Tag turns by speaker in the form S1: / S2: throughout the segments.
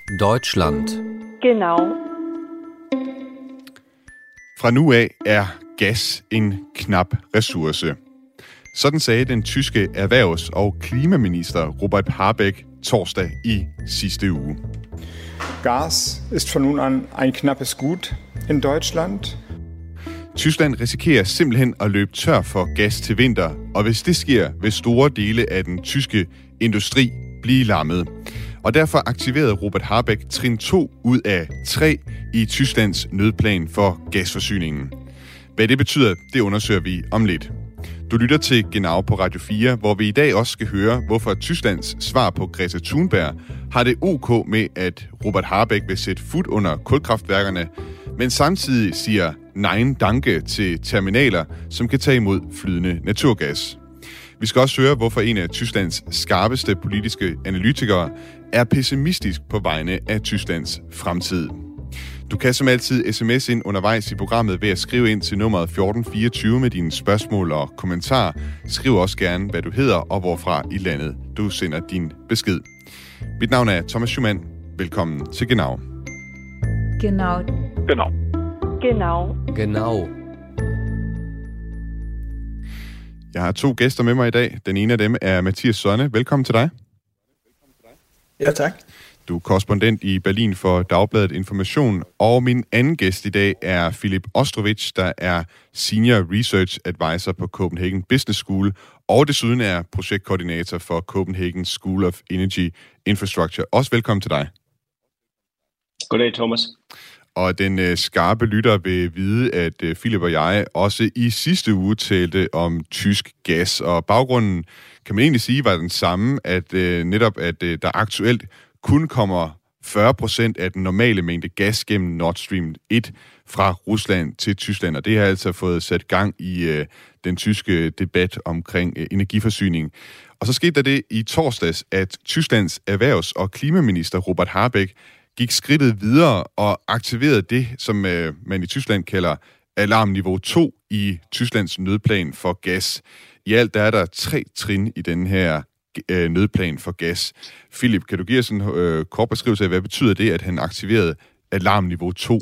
S1: Deutschland.
S2: Genau.
S3: Fra nu af er gas en knap ressource. Sådan sagde den tyske erhvervs- og klimaminister Robert Habeck torsdag i sidste uge.
S4: Gas ist von nun an ein knappes Gut in Deutschland.
S3: Tyskland risikerer simpelthen at løbe tør for gas til vinter, og hvis det sker, vil store dele af den tyske industri blive lammet. Og derfor aktiverede Robert Habeck trin 2 ud af 3 i Tysklands nødplan for gasforsyningen. Hvad det betyder, det undersøger vi om lidt. Du lytter til Genau på Radio 4, hvor vi i dag også skal høre, hvorfor Tysklands svar på Greta Thunberg har det OK med, at Robert Habeck vil sætte fod under kulkraftværkerne, men samtidig siger nein danke til terminaler, som kan tage imod flydende naturgas. Vi skal også høre, hvorfor en af Tysklands skarpeste politiske analytikere er pessimistisk på vegne af Tysklands fremtid. Du kan som altid sms ind undervejs i programmet ved at skrive ind til nummeret 1424 med dine spørgsmål og kommentarer. Skriv også gerne, hvad du hedder og hvorfra i landet du sender din besked. Mit navn er Thomas Schumann. Velkommen til Genau.
S5: Genau.
S2: Genau.
S1: Genau.
S3: Jeg har 2 gæster med mig i dag. Den ene af dem er Mathias Sonne. Velkommen til dig.
S6: Ja, tak.
S3: Du er korrespondent i Berlin for Dagbladet Information, og min anden gæst i dag er Filip Ostrovich, der er Senior Research Advisor på Copenhagen Business School, og desuden er projektkoordinator for Copenhagen School of Energy Infrastructure. Også velkommen til dig.
S6: Goddag, Thomas.
S3: Og den skarpe lytter vil vide, at Filip og jeg også i sidste uge talte om tysk gas, og baggrunden kan man egentlig sige var den samme, at netop at der aktuelt kun kommer 40% af den normale mængde gas gennem Nord Stream 1 fra Rusland til Tyskland, og det har altså fået sat gang i den tyske debat omkring energiforsyning. Og så skete der det i torsdags, at Tysklands erhvervs- og klimaminister Robert Habeck gik skridtet videre og aktiverede det, som man i Tyskland kalder alarmniveau 2 i Tysklands nødplan for gas. I alt der er der 3 trin i den her nødplan for gas. Filip, kan du give os en kort beskrivelse af, hvad betyder det, at han aktiverede alarmniveau 2?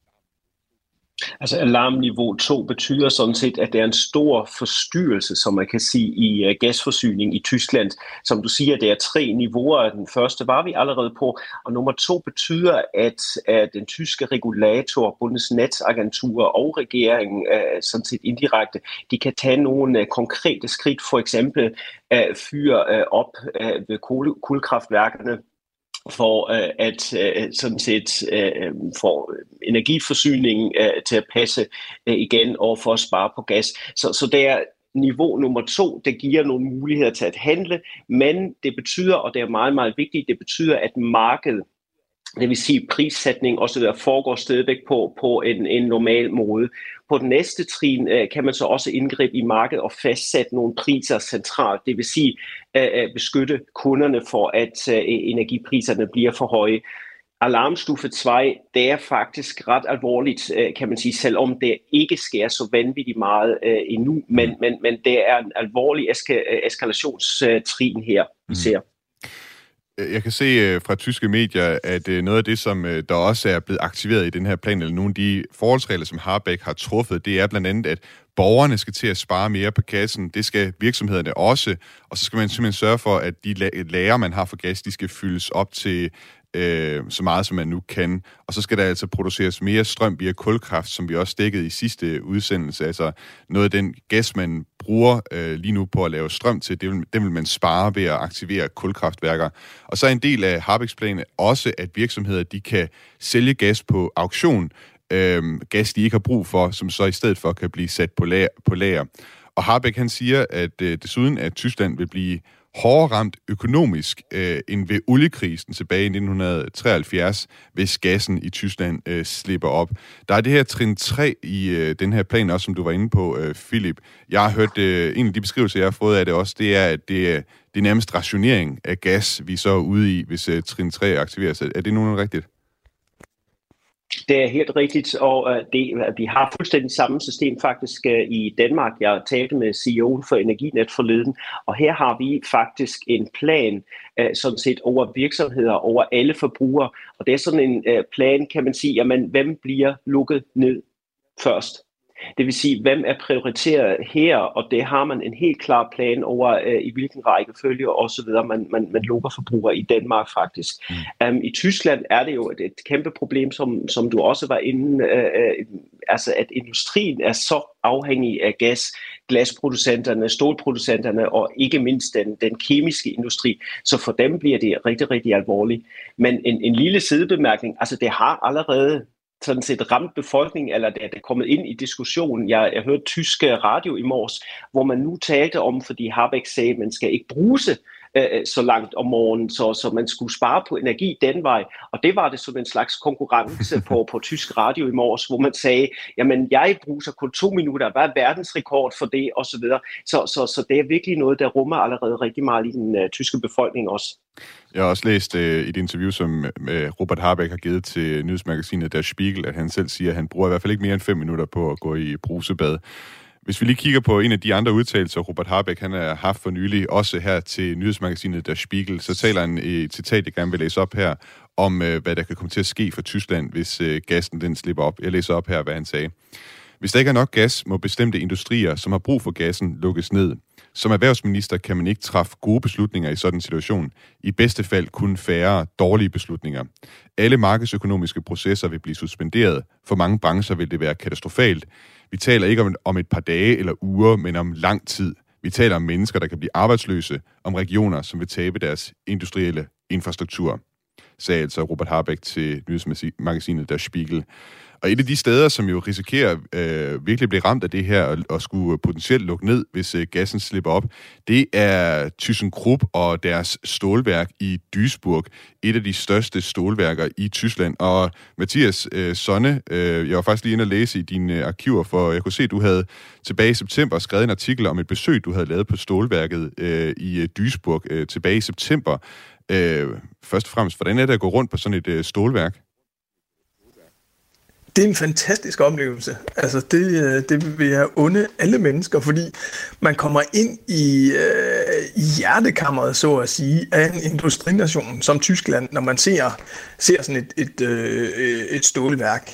S6: Altså alarmniveau 2 betyder sådan set, at der er en stor forstyrrelse, som man kan sige, i gasforsyning i Tyskland. Som du siger, der er 3 niveauer. Den første var vi allerede på, og nummer 2 betyder, at den tyske regulator, Bundesnetzagentur og regeringen, sådan set indirekte, de kan tage nogle konkrete skridt, for eksempel fyre op ved kulkraftværkerne, for at sådan set få energiforsyningen til at passe igen og for at spare på gas. Så det er niveau nummer 2, det giver nogle muligheder til at handle, men det betyder, og det er meget, meget vigtigt, det betyder, at markedet, det vil sige prissætning osv., foregår stadigvæk på en normal måde. På den næste trin kan man så også indgribe i markedet og fastsætte nogle priser centralt. Det vil sige beskytte kunderne for, at energipriserne bliver for høje. Alarmstufe 2, det er faktisk ret alvorligt, kan man sige, selvom det ikke sker så vanvittigt meget endnu. Men det er en alvorlig eskalationstrin her, vi ser.
S3: Jeg kan se fra tyske medier, at noget af det, som der også er blevet aktiveret i den her plan, eller nogle af de forholdsregler, som Habeck har truffet, det er blandt andet, at borgerne skal til at spare mere på gassen. Det skal virksomhederne også. Og så skal man simpelthen sørge for, at de lager, man har for gas, de skal fyldes op til så meget, som man nu kan. Og så skal der altså produceres mere strøm via kulkraft, som vi også dækkede i sidste udsendelse. Altså noget af den gas, man bruger lige nu på at lave strøm til, det vil man spare ved at aktivere kulkraftværker. Og så er en del af Habecks plan også, at virksomheder de kan sælge gas på auktion. Gas, de ikke har brug for, som så i stedet for kan blive sat på lager. Og Habeck han siger, at desuden at Tyskland vil blive hårdere ramt økonomisk end ved oliekrisen tilbage i 1973, hvis gassen i Tyskland slipper op. Der er det her trin 3 i den her plan også, som du var inde på, Filip. Jeg har hørt, en af de beskrivelser, jeg har fået af det også, det er, at det er nærmest rationering af gas, vi så er ude i, hvis trin 3 aktiveres. Er det nogen rigtigt?
S6: Det er helt rigtigt, og vi har fuldstændig samme system faktisk i Danmark. Jeg talte med CEOen for Energinet forleden, og her har vi faktisk en plan sådan set over virksomheder, over alle forbrugere. Og det er sådan en plan, kan man sige, jamen, hvem bliver lukket ned først? Det vil sige, hvem er prioriteret her, og det har man en helt klar plan over, i hvilken rækkefølge og så videre, man lukker forbrugere i Danmark faktisk. I Tyskland er det jo et kæmpe problem, som du også var inde, altså at industrien er så afhængig af glasproducenterne, stålproducenterne og ikke mindst den kemiske industri, så for dem bliver det rigtig, rigtig alvorligt. Men en lille sidebemærkning, altså det har allerede sådan set ramt befolkningen, eller det er kommet ind i diskussionen. Jeg hørte tysk radio i morges, hvor man nu talte om, fordi Habeck sagde, at man skal ikke bruse så langt om morgenen, så man skulle spare på energi den vej. Og det var det som en slags konkurrence på tysk radio i morges, hvor man sagde, jamen jeg bruger kun 2 minutter, hvad er verdensrekord for det, og så videre. Så det er virkelig noget, der rummer allerede rigtig meget i den tyske befolkning også.
S3: Jeg har også læst et interview, som Robert Habeck har givet til nyhedsmagasinet Der Spiegel, at han selv siger, at han bruger i hvert fald ikke mere end 5 minutter på at gå i brusebad. Hvis vi lige kigger på en af de andre udtalelser, Robert Habeck han har haft for nylig, også her til nyhedsmagasinet Der Spiegel, så taler han et citat, jeg gerne vil læse op her, om hvad der kan komme til at ske for Tyskland, hvis gassen den slipper op. Jeg læser op her, hvad han sagde. Hvis der ikke er nok gas, må bestemte industrier, som har brug for gassen, lukkes ned. Som erhvervsminister kan man ikke træffe gode beslutninger i sådan en situation. I bedste fald kun færre dårlige beslutninger. Alle markedsøkonomiske processer vil blive suspenderet. For mange brancher vil det være katastrofalt. Vi taler ikke om et par dage eller uger, men om lang tid. Vi taler om mennesker, der kan blive arbejdsløse, om regioner, som vil tabe deres industrielle infrastruktur, sagde altså Robert Habeck til nyhedsmagasinet Der Spiegel. Og et af de steder, som jo risikerer virkelig blive ramt af det her og skulle potentielt lukke ned, hvis gassen slipper op, det er ThyssenKrupp og deres stålværk i Duisburg, et af de største stålværker i Tyskland. Og Mathias Sonne, jeg var faktisk lige inde og læse i dine arkiver, for jeg kunne se, at du havde tilbage i september skrevet en artikel om et besøg, du havde lavet på stålværket i Duisburg tilbage i september. Først og fremmest, hvordan er det at gå rundt på sådan et stålværk?
S2: Det er en fantastisk oplevelse. Altså det vil jeg unde alle mennesker, fordi man kommer ind i hjertekammeret, så at sige, af en industrination som Tyskland, når man ser sådan et stålværk.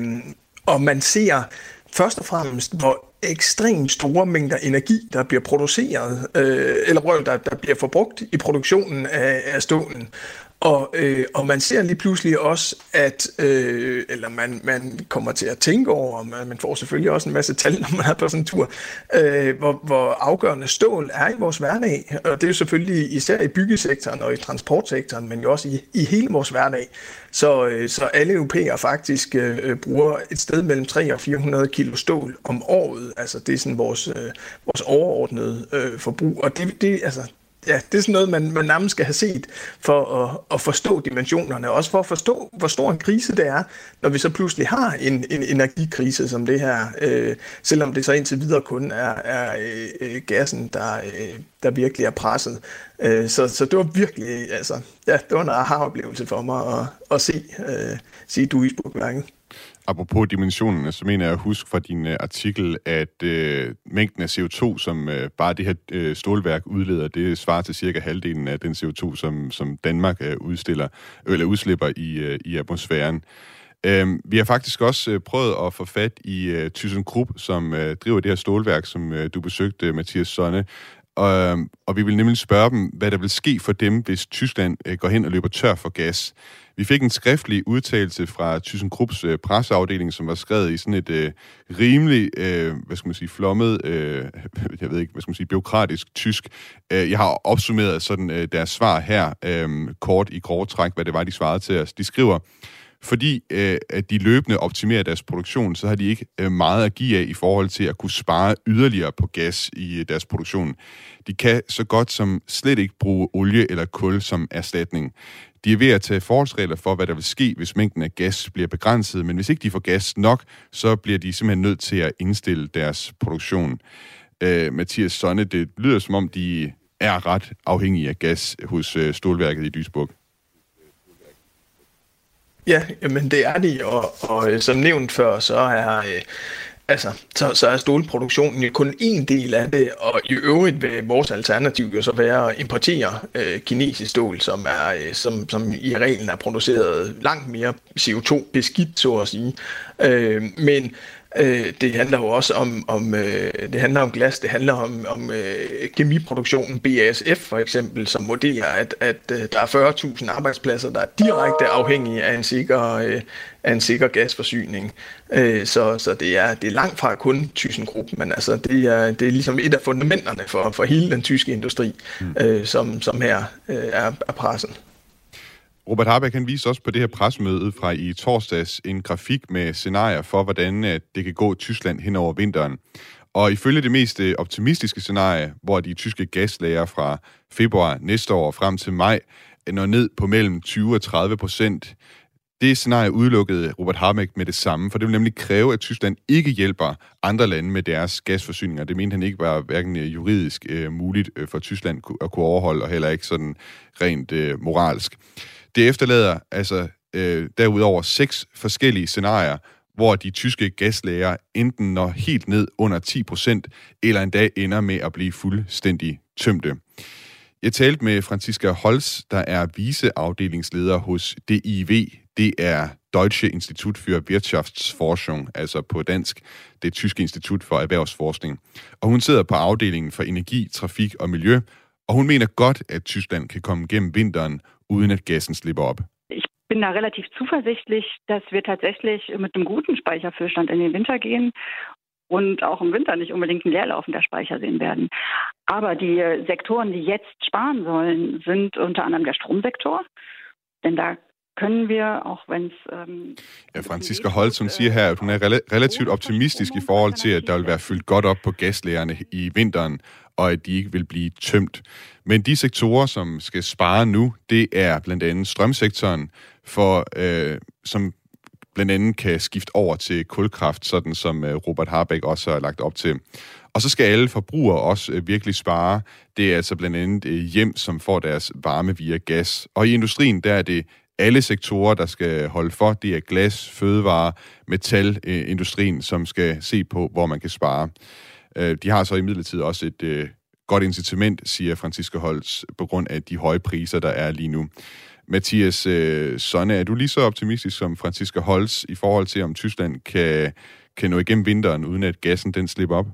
S2: Og man ser først og fremmest, hvor ekstremt store mængder energi, der bliver produceret, eller der bliver forbrugt i produktionen af stålen. Og man ser lige pludselig også, at eller man kommer til at tænke over, og man får selvfølgelig også en masse tal, når man er på sådan en tur, hvor afgørende stål er i vores hverdag. Og det er jo selvfølgelig især i byggesektoren og i transportsektoren, men jo også i hele vores hverdag. Så alle europæere faktisk bruger et sted mellem 300 og 400 kilo stål om året. Altså det er sådan vores overordnede forbrug. Og det altså... Ja, det er sådan noget, man nærmest skal have set for at forstå dimensionerne, også for at forstå, hvor stor en krise det er, når vi så pludselig har en energikrise som det her, selvom det så indtil videre kun er gassen, der virkelig er presset. Så det var virkelig, altså, ja, det var en aha-oplevelse for mig at se Duisburg-værket.
S3: Apropos dimensionerne, så mener jeg at huske fra din artikel, at mængden af CO2, som bare det her stålværk udleder, det svarer til cirka halvdelen af den CO2, som Danmark udslipper i atmosfæren. Vi har faktisk også prøvet at få fat i ThyssenKrupp, som driver det her stålværk, som du besøgte, Mathias Sonne. Og vi vil nemlig spørge dem, hvad der vil ske for dem, hvis Tyskland går hen og løber tør for gas. Vi fik en skriftlig udtalelse fra ThyssenKrupps presseafdeling, som var skrevet i sådan et rimelig, flommet, bureaukratisk tysk. Jeg har opsummeret sådan deres svar her, kort i grove træk, hvad det var, de svarede til os. De skriver, fordi at de løbende optimerer deres produktion, så har de ikke meget at give af i forhold til at kunne spare yderligere på gas i deres produktion. De kan så godt som slet ikke bruge olie eller kul som erstatning. De er ved at tage forholdsregler for, hvad der vil ske, hvis mængden af gas bliver begrænset, men hvis ikke de får gas nok, så bliver de simpelthen nødt til at indstille deres produktion. Mathias Sonne, det lyder som om, de er ret afhængige af gas hos stålværket i Duisburg.
S2: Ja, men det er de, og som nævnt før, så er så er stålproduktionen jo kun en del af det, og i øvrigt vil vores alternativ jo så være at importere kinesisk stål, som i reglen er produceret langt mere CO2-beskidt, så at sige. Men det handler jo også det handler om glas, det handler om kemiproduktionen, BASF for eksempel, som vurderer, at der er 40.000 arbejdspladser, der er direkte afhængige af en sikker gasforsyning. Så det er langt fra kun ThyssenKrupp, men altså det er ligesom et af fundamenterne for hele den tyske industri, som her er pressen.
S3: Robert Habeck han viste også på det her pressemøde fra i torsdags en grafik med scenarier for, hvordan det kan gå Tyskland hen over vinteren. Og ifølge det mest optimistiske scenarie, hvor de tyske gaslager fra februar næste år frem til maj når ned på mellem 20 og 30%, det scenarie udelukkede Robert Habeck med det samme, for det vil nemlig kræve, at Tyskland ikke hjælper andre lande med deres gasforsyninger. Det mente han ikke var hverken juridisk muligt for Tyskland at kunne overholde, og heller ikke sådan rent moralsk. Det efterlader altså derudover 6 forskellige scenarier, hvor de tyske gaslager enten når helt ned under 10%, eller endda ender med at blive fuldstændig tømte. Jeg talte med Franziska Holz, der er viceafdelingsleder hos DIW. Det er Deutsche Institut für Wirtschaftsforschung, altså på dansk det tyske institut for erhvervsforskning. Og hun sidder på afdelingen for energi, trafik og miljø, og hun mener godt, at Tyskland kan komme gennem vinteren, uden at gassen slipper op.
S7: Ich bin da relativ zuversichtlich, dass wir tatsächlich mit einem guten Speicherfüllstand in den Winter gehen und auch im Winter nicht unbedingt ein Leerlaufen der Speicher sehen werden. Aber die Sektoren, die jetzt sparen sollen, sind unter anderem der Stromsektor, denn da können wir, auch wenn es...
S3: Franziska Holz, hun siger her, at hun er relativt optimistisk i forhold til, at der vil være fyldt godt op på gaslagerne i vinteren, og at de ikke vil blive tømt. Men de sektorer, som skal spare nu, det er blandt andet strømsektoren, som blandt andet kan skifte over til kulkraft, sådan som Robert Habeck også har lagt op til. Og så skal alle forbrugere også virkelig spare. Det er altså blandt andet hjem, som får deres varme via gas. Og i industrien, der er det alle sektorer, der skal holde for. Det er glas, fødevare, metalindustrien, som skal se på, hvor man kan spare. De har så imidlertid også et godt incitament, siger Franziska Holz, på grund af de høje priser, der er lige nu. Mathias Sonne, er du lige så optimistisk som Franziska Holz i forhold til, om Tyskland kan nå igennem vinteren, uden at gassen den slipper op?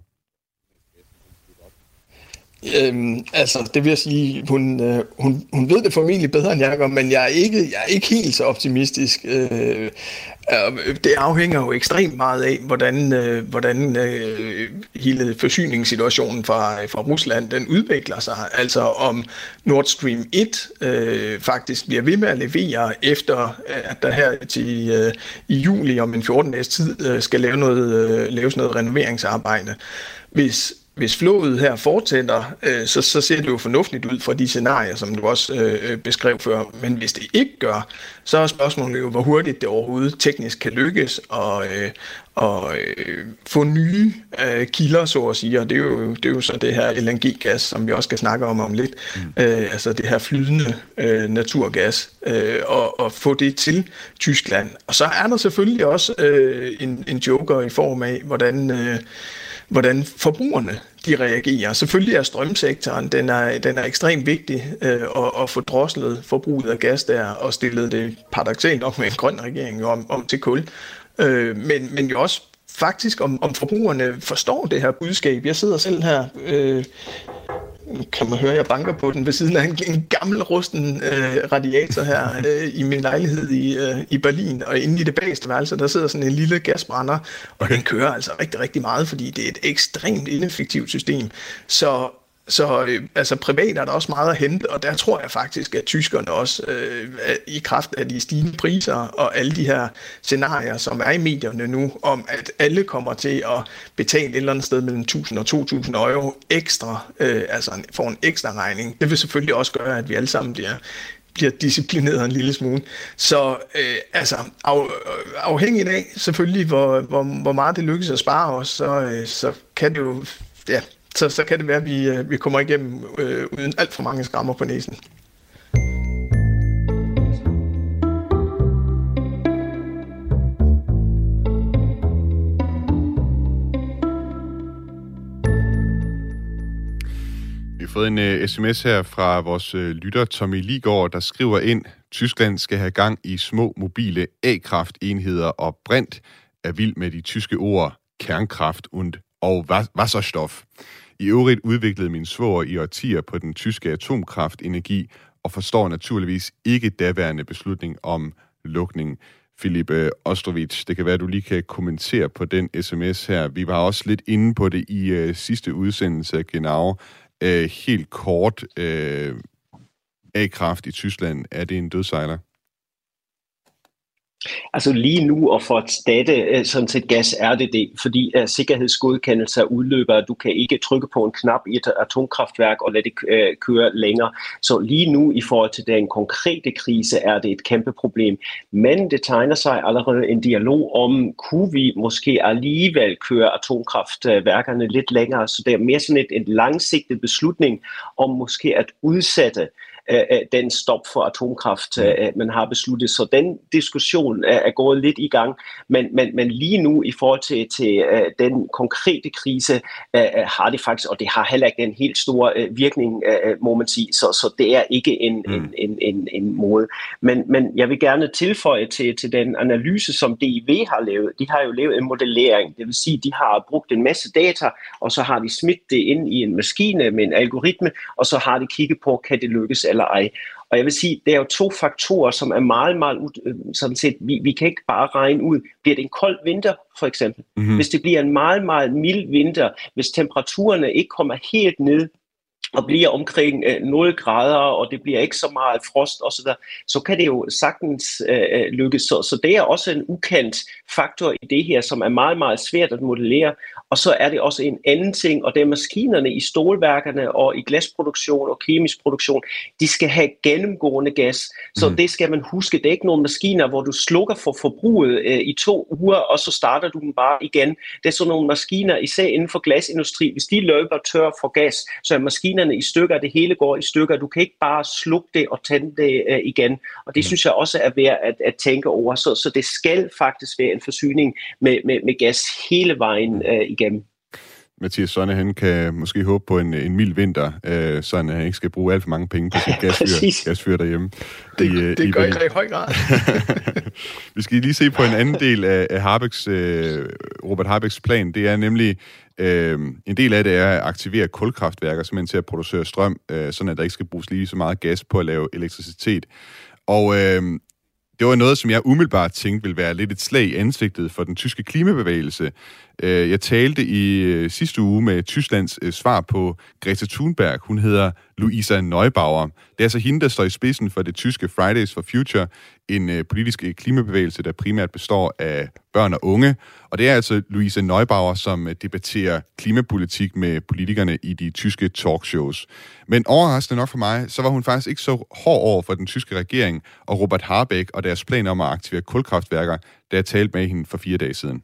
S2: Det vil jeg sige, hun ved det formentlig bedre end jeg gør, men jeg er ikke helt så optimistisk. Det afhænger jo ekstremt meget af, hvordan hele forsyningssituationen fra Rusland den udvikler sig. Altså om Nord Stream 1 faktisk bliver ved med at levere, efter at der her i juli om en 14 dages tid skal laves noget renoveringsarbejde. Hvis flowet her fortsætter, så ser det jo fornuftigt ud fra de scenarier, som du også beskrev før. Men hvis det ikke gør, så er spørgsmålet jo, hvor hurtigt det overhovedet teknisk kan lykkes og få nye kilder, så at sige. Og det er jo så det her LNG-gas, som vi også skal snakke om lidt. Altså det her flydende naturgas, og få det til Tyskland. Og så er der selvfølgelig også en joker i form af, hvordan forbrugerne de reagerer. Selvfølgelig er strømsektoren, den er ekstremt vigtig at få droslet forbruget af gas der, og stillet det paradoksalt nok med en grøn regering om til kul. Men jo også faktisk, om forbrugerne forstår det her budskab. Jeg sidder selv her, kan man høre, jeg banker på den ved siden af en gammel rusten radiator her i min lejlighed i Berlin, og inde i det bageste værelse, der sidder sådan en lille gasbrænder, og den kører altså rigtig, rigtig meget, fordi det er et ekstremt ineffektivt system. Så altså privat er der også meget at hente, og der tror jeg faktisk, at tyskerne også i kraft af de stigende priser og alle de her scenarier, som er i medierne nu, om at alle kommer til at betale et eller andet sted mellem 1.000 og 2.000 euro ekstra, altså får en ekstra regning. Det vil selvfølgelig også gøre, at vi alle sammen bliver disciplineret en lille smule. Så afhængigt af selvfølgelig, hvor meget det lykkes at spare os, så kan det jo... Ja, så kan det være, at vi kommer igennem uden alt for mange skrammer på næsen.
S3: fået en sms her fra vores lytter Tommy Ligård, der skriver ind: Tyskland skal have gang i små mobile A-kraftenheder, og Brint er vild med de tyske ord kernkraft og Wasserstoff. I øvrigt udviklede min svoger i årtier på den tyske atomkraftenergi og forstår naturligvis ikke daværende beslutning om lukning. Philip Ostrovich, det kan være, at du lige kan kommentere på den sms her. Vi var også lidt inde på det i sidste udsendelse af Genau. Helt kort, A-kraft i Tyskland, er det en dødsejler?
S6: Altså lige nu og for at erstatte sådan set gas er det, fordi sikkerhedsgodkendelser udløber. Du kan ikke trykke på en knap i et atomkraftværk og lade det køre længere. Så lige nu i forhold til den konkrete krise er det et kæmpe problem. Men det tegner sig allerede en dialog om, kunne vi måske alligevel køre atomkraftværkerne lidt længere. Så det er mere sådan en langsigtet beslutning om måske at udsætte den stop for atomkraft, man har besluttet. Så den diskussion er gået lidt i gang, men lige nu i forhold til den konkrete krise har det faktisk, og det har heller ikke den helt store virkning, må man sige, så det er ikke en måde. Men jeg vil gerne tilføje til den analyse, som DIV har lavet. De har jo lavet en modellering, det vil sige, de har brugt en masse data, og så har de smidt det ind i en maskine med en algoritme, og så har de kigget på, kan det lykkes eller ej. Og jeg vil sige, det er jo to faktorer, som er meget sådan set, vi kan ikke bare regne ud. Bliver det en kold vinter, for eksempel? Mm-hmm. Hvis det bliver en meget mild vinter, hvis temperaturerne ikke kommer helt ned, og bliver omkring 0 grader, og det bliver ikke så meget frost osv., så kan det jo sagtens lykkes. Så det er også en ukendt faktor i det her, som er meget svært at modellere. Og så er det også en anden ting, og det er maskinerne i stålværkerne og i glasproduktion og kemisk produktion, de skal have gennemgående gas. Så det skal man huske. Det er ikke nogen maskiner, hvor du slukker for forbruget i 2 uger, og så starter du dem bare igen. Det er sådan nogle maskiner, især inden for glasindustri. Hvis de løber tør for gas, så er maskinerne i stykker, det hele går i stykker. Du kan ikke bare slukke det og tænde det igen. Og det synes jeg også er værd at tænke over. Så det skal faktisk være en forsyning med gas hele vejen igennem.
S3: Mathias Sonne, han kan måske håbe på en mild vinter, så han ikke skal bruge alt for mange penge på sit gasfyr derhjemme.
S2: Det gør i høj grad.
S3: Vi skal lige se på en anden del af Robert Habecks plan. Det er nemlig, en del af det er at aktivere kulkraftværker, simpelthen til at producere strøm, sådan at der ikke skal bruges lige så meget gas på at lave elektricitet. Og det var noget, som jeg umiddelbart tænkte ville være lidt et slag i ansigtet for den tyske klimabevægelse. Jeg talte i sidste uge med Tysklands svar på Greta Thunberg. Hun hedder Luisa Neubauer. Det er altså hende, der står i spidsen for det tyske Fridays for Future, en politisk klimabevægelse, der primært består af børn og unge. Og det er altså Luisa Neubauer, som debatterer klimapolitik med politikerne i de tyske talkshows. Men overraskende nok for mig, så var hun faktisk ikke så hård over for den tyske regering og Robert Habeck og deres planer om at aktivere kulkraftværker, da jeg talte med hende for 4 dage siden.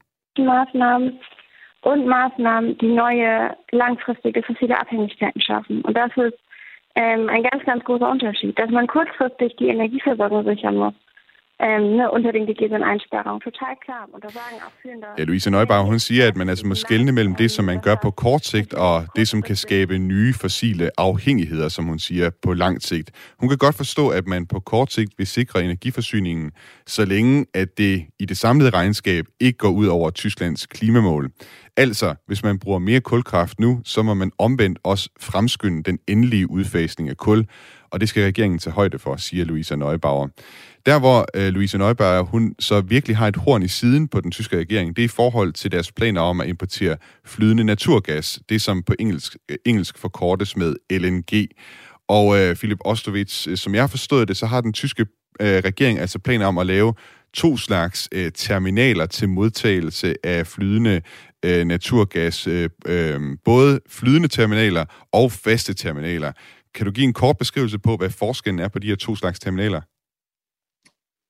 S8: Maßnahmen, die neue langfristige fossile Abhängigkeiten schaffen. Und das ist ein ganz großer Unterschied, dass man kurzfristig die Energieversorgung sichern muss. Unter den gegebenen Einsparungen. Total klar. Und da sagen auch führende...
S3: Ja, Luisa Neubauer, hun siger, at man altså må skelne mellem det, som man gør på kort sigt, og det, som kan skabe nye fossile afhængigheder, som hun siger, på lang sigt. Hun kan godt forstå, at man på kort sigt vil sikre energiforsyningen, så længe at det i det samlede regnskab ikke går ud over Tysklands klimamål. Altså, hvis man bruger mere kulkraft nu, så må man omvendt også fremskynde den endelige udfasning af kul, og det skal regeringen tage højde for, siger Luisa Neubauer. Der, hvor Luisa Neubauer, hun så virkelig har et horn i siden på den tyske regering, det er i forhold til deres planer om at importere flydende naturgas, det som på engelsk forkortes med LNG. Og Philip Ostrovich, som jeg har forstået det, så har den tyske regering altså planer om at lave 2 slags terminaler til modtagelse af flydende naturgas, både flydende terminaler og faste terminaler. Kan du give en kort beskrivelse på, hvad forskellen er på de her 2 slags terminaler?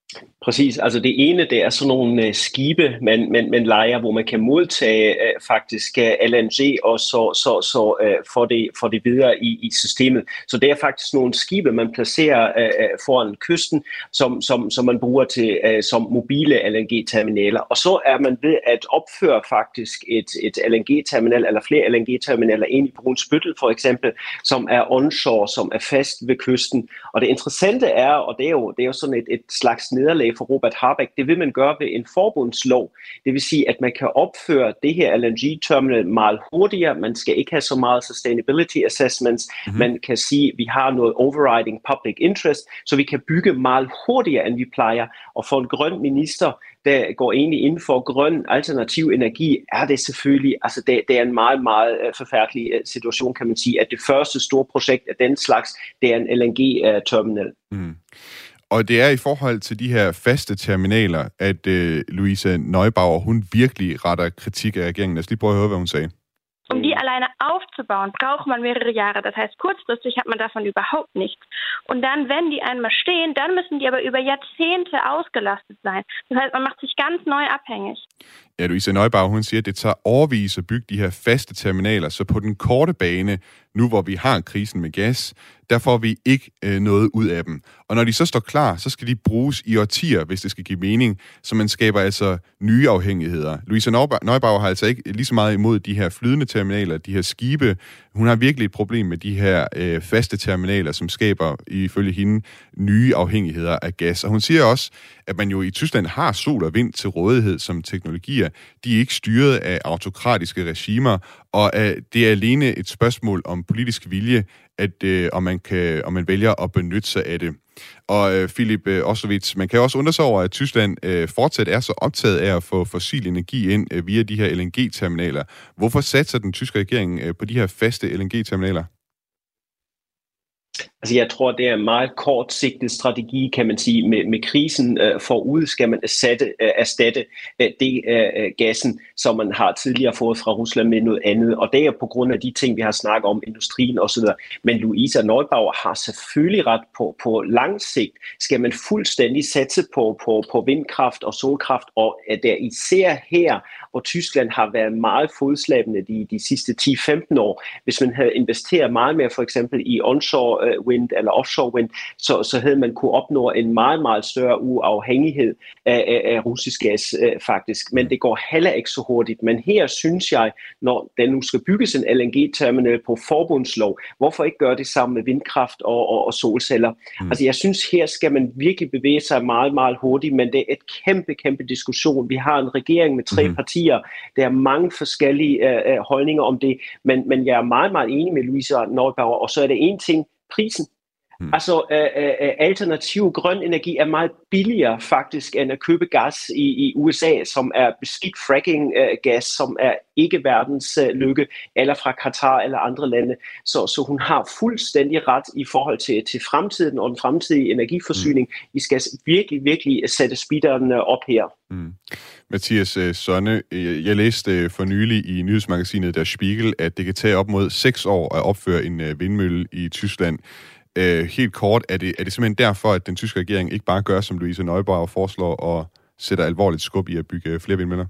S6: Præcis, altså det ene, det er sådan nogle skibe, man lejer, hvor man kan modtage faktisk LNG og så får det videre i systemet. Så det er faktisk nogle skibe, man placerer foran kysten, som man bruger til som mobile LNG-terminaler. Og så er man ved at opføre faktisk et LNG-terminal eller flere LNG-terminaler ind i Brunsbüttel for eksempel, som er onshore, som er fast ved kysten. Og det interessante er, og det er jo sådan et slags nederlag for Robert Habeck, det vil man gøre ved en forbundslov. Det vil sige, at man kan opføre det her LNG-terminal meget hurtigere. Man skal ikke have så meget sustainability assessments. Man kan sige, at vi har noget overriding public interest, så vi kan bygge meget hurtigere, end vi plejer. Og for en grøn minister, der går egentlig inden for grøn alternativ energi, er det selvfølgelig, altså det er en meget, meget forfærdelig situation, kan man sige, at det første store projekt af den slags, det er en LNG-terminal.
S3: Og det er i forhold til de her faste terminaler, at Louise Neubauer, hun virkelig retter kritik af regeringen. Lad os lige prøve at høre, hvad hun sagde.
S8: Um die alleine aufzubauen, braucht man mehrere Jahre. Das heißt, kurzfristig hat man davon überhaupt nichts. Und dann, wenn die einmal stehen, dann müssen die aber über Jahrzehnte ausgelastet sein. Das heißt, man macht sich ganz neu abhängig.
S3: Ja, Louise Neubauer, hun siger, at det tager årevis at bygge de her faste terminaler, så på den korte bane, nu hvor vi har krisen med gas, der får vi ikke noget ud af dem. Og når de så står klar, så skal de bruges i årtier, hvis det skal give mening, så man skaber altså nye afhængigheder. Louise Neubauer har altså ikke lige så meget imod de her flydende terminaler, de her skibe. Hun har virkelig et problem med de her faste terminaler, som skaber ifølge hende nye afhængigheder af gas. Og hun siger også, at man jo i Tyskland har sol og vind til rådighed som teknologier. De er ikke styret af autokratiske regimer, og det er alene et spørgsmål om politisk vilje, at om man vælger at benytte sig af det. Og Philip Ossowitz, man kan også undre sig over, at Tyskland fortsat er så optaget af at få fossil energi ind via de her LNG-terminaler. Hvorfor satser den tyske regering på de her faste LNG-terminaler?
S6: Altså jeg tror, det er en meget kortsigtet strategi, kan man sige, med krisen forud skal man erstatte det gassen, som man har tidligere fået fra Rusland med noget andet. Og det er på grund af de ting, vi har snakket om, industrien osv. Men Louise Neubauer har selvfølgelig ret på lang sigt. Skal man fuldstændig satse på vindkraft og solkraft, og der især her, hvor Tyskland har været meget fodslæbende de sidste 10-15 år. Hvis man havde investeret meget mere for eksempel i onshore wind eller offshore wind, så havde man kunne opnå en meget, meget større uafhængighed af russisk gas faktisk. Men det går heller ikke så hurtigt. Men her synes jeg, når der nu skal bygges en LNG-terminal på forbundslov, hvorfor ikke gøre det sammen med vindkraft og solceller? Altså jeg synes, her skal man virkelig bevæge sig meget, meget hurtigt, men det er et kæmpe diskussion. Vi har en regering med 3 partier. Der er mange forskellige holdninger om det, men jeg er meget, meget enig med Louise Neubauer, og så er det en ting, prisen. Altså alternativ grøn energi er meget billigere faktisk end at købe gas i USA, som er beskidt fracking gas, som er ikke verdens lykke, eller fra Katar eller andre lande. Så hun har fuldstændig ret i forhold til fremtiden og den fremtidige energiforsyning. Vi skal virkelig sætte speederen op her.
S3: Mathias Sonne, jeg læste for nylig i nyhedsmagasinet Der Spiegel, at det kan tage op mod 6 år at opføre en vindmølle i Tyskland. Helt kort, er det simpelthen derfor, at den tyske regering ikke bare gør, som Louise Neubauer foreslår, og sætter alvorligt skub i at bygge flere vindmøller?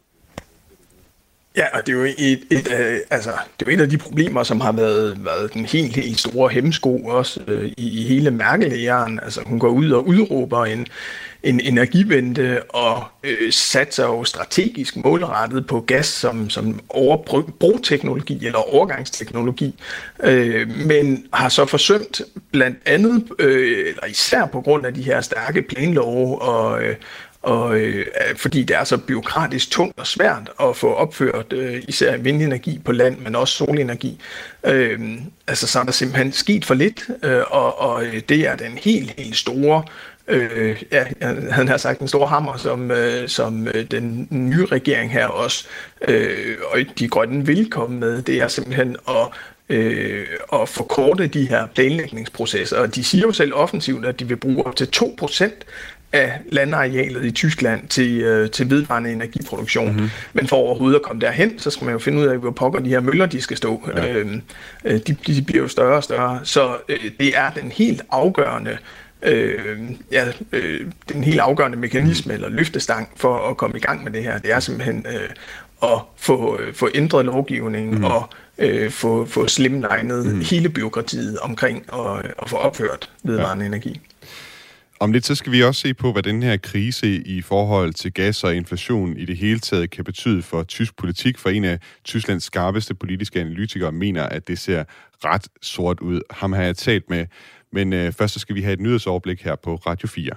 S2: Ja, og det er jo et af de problemer, som har været den helt store hemsko også i hele Merkel-æren. Altså hun går ud og udråber en energivende og satser jo strategisk målrettet på gas som overbrugteknologi eller overgangsteknologi, men har så forsømt blandt andet, eller især på grund af de her stærke planlove og fordi det er så bureaukratisk tungt og svært at få opført især vindenergi på land, men også solenergi. Så er der simpelthen sket for lidt, og det er den helt store, han har sagt en stor hammer, som den nye regering her også, og de grønne vil komme med, det er simpelthen at forkorte de her planlægningsprocesser. Og de siger jo selv offensivt, at de vil bruge op til 2% af landarealet i Tyskland til vedvarende energiproduktion. Men for overhovedet at komme derhen, så skal man jo finde ud af, hvor pokker de her møller, de skal stå. Ja. De bliver jo større og større. Så det er den helt afgørende den helt afgørende mekanisme eller løftestang for at komme i gang med det her. Det er simpelthen at få ændret lovgivningen og få slimlinet hele byråkratiet omkring at få opført vedvarende energi.
S3: Om lidt så skal vi også se på, hvad den her krise i forhold til gas og inflation i det hele taget kan betyde for tysk politik. For en af Tysklands skarpeste politiske analytikere mener, at det ser ret sort ud. Ham har jeg talt med. Men først så skal vi have et nyhedsoverblik her på Radio 4.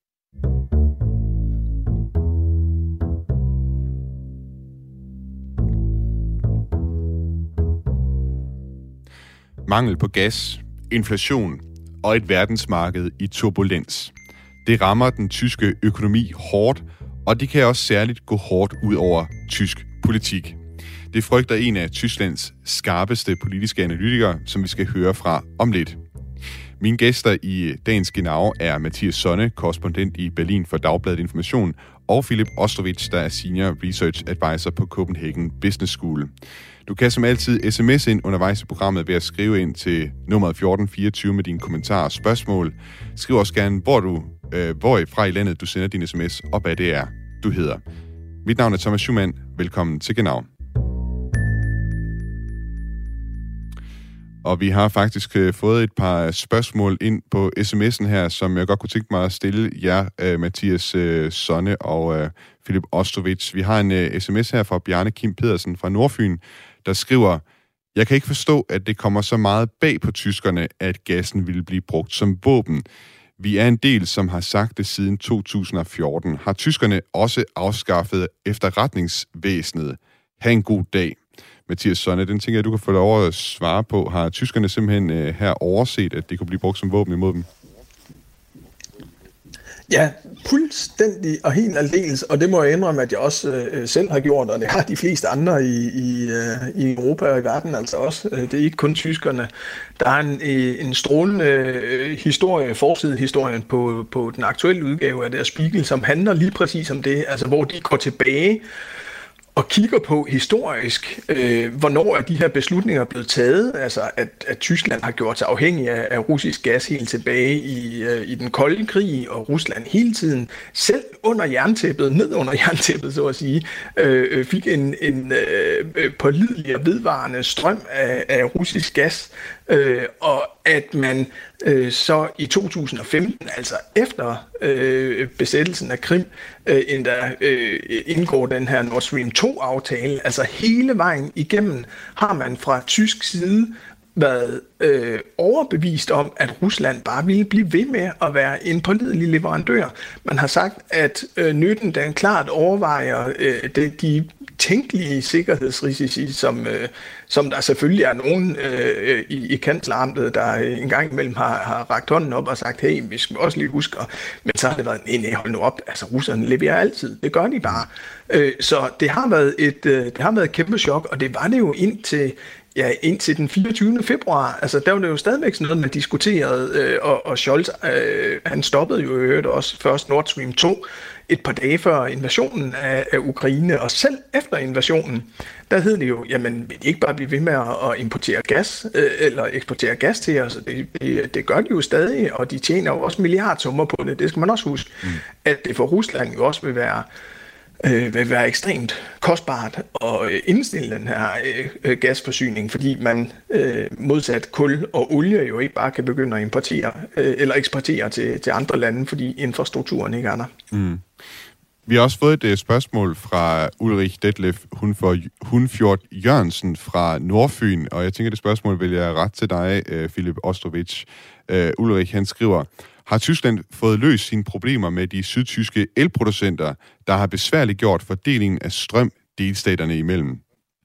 S3: Mangel på gas, inflation og et verdensmarked i turbulens. Det rammer den tyske økonomi hårdt, og det kan også særligt gå hårdt ud over tysk politik. Det frygter en af Tysklands skarpeste politiske analytikere, som vi skal høre fra om lidt. Mine gæster i dagens Genau er Mathias Sonne, korrespondent i Berlin for Dagbladet Information, og Philip Ostrovich, der er Senior Research Advisor på Copenhagen Business School. Du kan som altid sms ind undervejs i programmet ved at skrive ind til nummeret 1424 med dine kommentarer og spørgsmål. Skriv også gerne, hvorfra i landet du sender din sms, og hvad det er, du hedder. Mit navn er Thomas Schumann. Velkommen til Genau. Og vi har faktisk fået et par spørgsmål ind på sms'en her, som jeg godt kunne tænke mig at stille jer, Mathias Sonne og Philip Ostrovich. Vi har en sms her fra Bjarne Kim Pedersen fra Nordfyn, der skriver: Jeg kan ikke forstå, at det kommer så meget bag på tyskerne, at gassen ville blive brugt som våben. Vi er en del, som har sagt det siden 2014. Har tyskerne også afskaffet efterretningsvæsenet? Ha' en god dag. Mathias Sonne, den tænker jeg, du kan få lov at svare på. Har tyskerne simpelthen her overset, at det kunne blive brugt som våben imod dem?
S2: Ja, fuldstændig og helt aldeles, og det må jeg indrømme, at jeg også selv har gjort, og det har de fleste andre i Europa og i verden altså også. Det er ikke kun tyskerne. Der er en strålende forsidehistorien på den aktuelle udgave af Der Spiegel, som handler lige præcis om det, altså hvor de går tilbage og kigger på historisk, hvornår er de her beslutninger blevet taget, altså at Tyskland har gjort sig afhængig af russisk gas helt tilbage i den kolde krig, og Rusland hele tiden, selv under jerntæppet, ned under jerntæppet så at sige, fik en pålidelig og vedvarende strøm af russisk gas, og at man så i 2015, altså efter besættelsen af Krim, endda indgår den her Nord Stream 2-aftale. Altså hele vejen igennem har man fra tysk side været overbevist om, at Rusland bare ville blive ved med at være en pålidelig leverandør. Man har sagt, at nytten den klart overvejer de tænkelige sikkerhedsrisici, som der selvfølgelig er nogen i kansleramtet, der en gang imellem har rakt hånden op og sagt, hey, vi skal også lige huske, men så har det været, nej, hold nu op, altså russerne leverer altid, det gør de bare. Så det har været et kæmpe chok, og det var det jo indtil den 24. februar. Altså, der var det jo stadigvæk sådan noget, man diskuterede, og Scholz, han stoppede jo øvrigt også først Nord Stream 2 et par dage før invasionen af Ukraine, og selv efter invasionen, der hed det jo, jamen, vil de ikke bare blive ved med at importere gas, eller eksportere gas til os? Det gør de jo stadig, og de tjener jo også milliardsummer på det. Det skal man også huske, at det for Rusland jo også vil være ekstremt kostbart at indstille den her gasforsyning, fordi man modsat kul og olie jo ikke bare kan begynde at importere eller eksportere til andre lande, fordi infrastrukturen ikke er der. Mm.
S3: Vi har også fået et spørgsmål fra Ulrich Detlef Hunfjord Jørgensen fra Nordfyn, og jeg tænker, det spørgsmål vil jeg rette til dig, Philip Ostrovich. Ulrich, han skriver: Har Tyskland fået løst sine problemer med de sydtyske elproducenter, der har besværligt gjort fordelingen af strøm delstaterne imellem?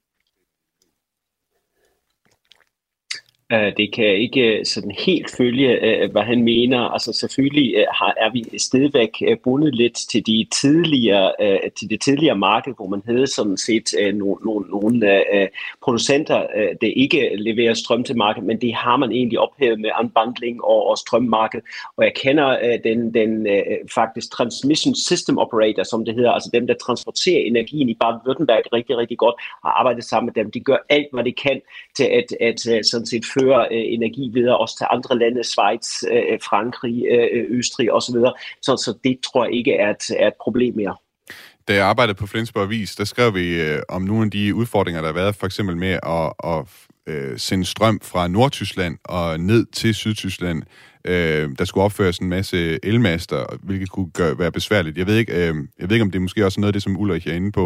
S6: Det kan ikke sådan helt følge, hvad han mener. Altså selvfølgelig er vi stadigvæk bundet lidt til det tidligere marked, hvor man havde sådan set nogle producenter, der ikke leverer strøm til markedet, men det har man egentlig ophævet med unbundling og strømmarked. Og jeg kender den faktisk Transmission System Operator, som det hedder, altså dem, der transporterer energien i Baden-Württemberg rigtig, rigtig godt, og arbejder sammen med dem. De gør alt, hvad de kan til at sådan set køre energi videre også til andre lande, Schweiz, Frankrig, Østrig osv. Så det tror jeg ikke er et problem mere.
S3: Da jeg arbejdede på Flensborg Avis, der skrev vi om nogle af de udfordringer, der har været, for eksempel med at sende strøm fra Nordtyskland og ned til Sydtyskland. Der skulle opføres en masse elmaster, hvilket kunne være besværligt. Jeg ved ikke, om det er måske også noget af det, som Ulrik er inde på.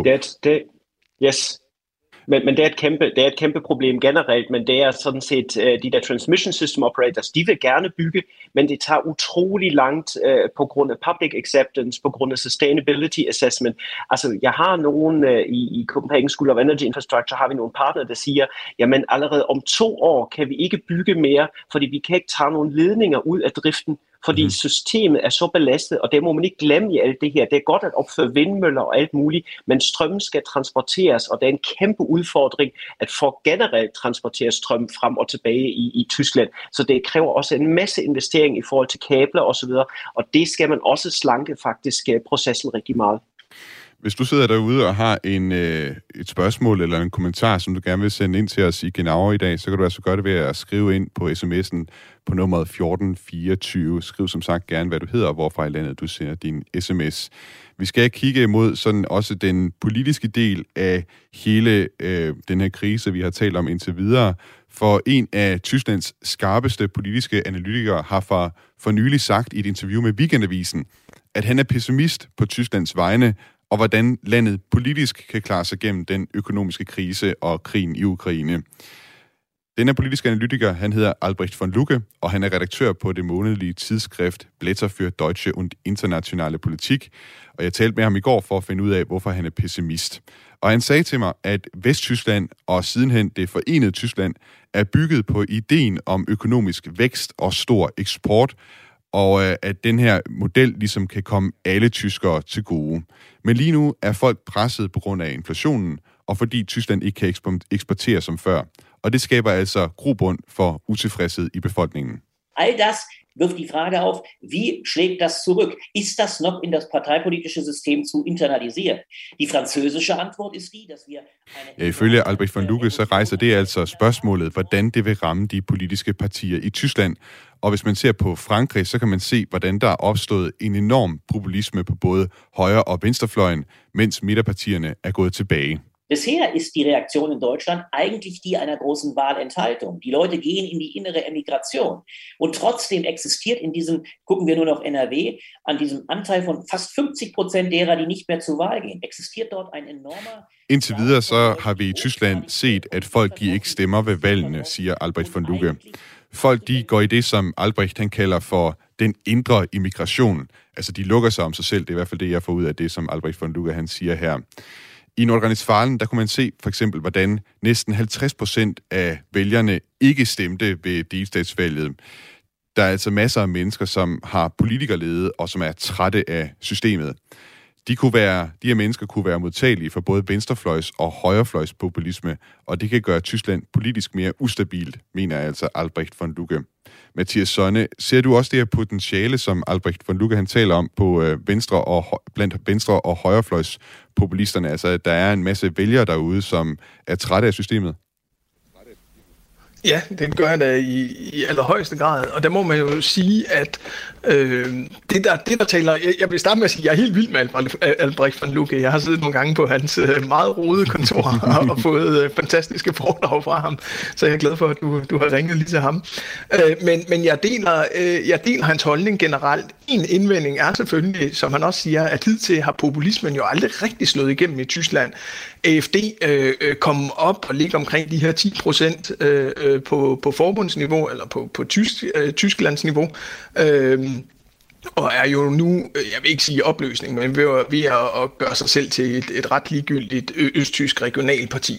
S6: Yes. Men det er et kæmpe problem generelt, men det er sådan set de der transmission system operators, de vil gerne bygge, men det tager utrolig langt på grund af public acceptance, på grund af sustainability assessment. Altså, jeg har nogen i Copenhagen School of Energy Infrastructure, har vi nogle partnere, der siger, jamen allerede om 2 år kan vi ikke bygge mere, fordi vi kan ikke tage nogle ledninger ud af driften, fordi systemet er så belastet, og det må man ikke glemme i alt det her. Det er godt at opføre vindmøller og alt muligt, men strømmen skal transporteres, og det er en kæmpe udfordring at få generelt transportere strøm frem og tilbage i Tyskland. Så det kræver også en masse investering i forhold til kabler osv., og det skal man også slanke faktisk processen rigtig meget.
S3: Hvis du sidder derude og har et spørgsmål eller en kommentar, som du gerne vil sende ind til os i Genau i dag, så kan du altså gøre det ved at skrive ind på sms'en på nummeret 1424. Skriv som sagt gerne, hvad du hedder og hvorfra i landet du sender din sms. Vi skal kigge imod sådan også den politiske del af hele den her krise, vi har talt om indtil videre. For en af Tysklands skarpeste politiske analytikere har for nylig sagt i et interview med Weekendavisen, at han er pessimist på Tysklands vegne, og hvordan landet politisk kan klare sig gennem den økonomiske krise og krigen i Ukraine. Denne politiske analytiker, han hedder Albrecht von Lucke, og han er redaktør på det månedlige tidsskrift Blätter für Deutsche und Internationale Politik. Og jeg talte med ham i går for at finde ud af, hvorfor han er pessimist. Og han sagde til mig, at Vesttyskland og sidenhen det forenede Tyskland er bygget på ideen om økonomisk vækst og stor eksport, og at den her model ligesom kan komme alle tyskere til gode. Men lige nu er folk presset på grund af inflationen, og fordi Tyskland ikke kan eksportere som før. Og det skaber altså grobund for utilfredshed i befolkningen.
S9: All das wirft die Frage auf, wie schlägt das zurück? Ist das noch in das parteipolitische System zu internalisieren? Die französische Antwort ist die, dass wir...
S3: Ifølge Albrecht von Lucke, så rejser det altså spørgsmålet, hvordan det vil ramme de politiske partier i Tyskland. Og hvis man ser på Frankrig, så kan man se, hvordan der er opstået en enorm populisme på både højre- og venstrefløjen, mens midterpartierne er gået tilbage.
S9: Bisher ist die Reaktion in Deutschland eigentlich die einer großen Wahlenthaltung. Die Leute gehen in die innere Emigration. Und trotzdem existiert in diesem, gucken wir nur noch NRW, an diesem Anteil von fast 50% derer, die nicht mehr zur Wahl gehen, existiert dort ein enormer...
S3: Indtil videre så har vi i Tyskland set, at folk de ikke stemmer ved valgene, siger Albrecht von Lucke. Folk de går i det, som Albrecht han kalder for den indre immigration. Altså de lukker sig om sig selv. Det er i hvert fald det, jeg får ud af det, som Albrecht von Lucke han siger her. I Nordrhein-Westfalen, der kunne man se for eksempel, hvordan næsten 50% af vælgerne ikke stemte ved delstatsvalget. Der er altså masser af mennesker, som har politikerlede og som er trætte af systemet. De her mennesker kunne være modtagelige for både venstrefløjs og højrefløjs populisme, og det kan gøre Tyskland politisk mere ustabilt, mener altså Albrecht von Lucke. Mathias Sonne, ser du også det her potentiale, som Albrecht von Lucke han taler om på blandt venstre- og højrefløjs populisterne? Altså, der er en masse vælgere derude, som er trætte af systemet?
S2: Ja, det gør jeg da i allerhøjeste grad, og der må man jo sige, at det der taler, jeg vil starte med at sige, at jeg er helt vild med Albrecht von Lucke. Jeg har siddet nogle gange på hans meget rodede kontor og fået fantastiske foredrag fra ham, så jeg er glad for, at du har ringet lige til ham. Men jeg deler hans holdning generelt. En indvending er selvfølgelig, som han også siger, at hidtil har populismen jo aldrig rigtig slået igennem i Tyskland. AfD kom op og ligger omkring de her 10% på forbundsniveau, eller på Tysklands niveau, og er jo nu, jeg vil ikke sige opløsning, men ved at gøre sig selv til et ret ligegyldigt østtysk regionalparti.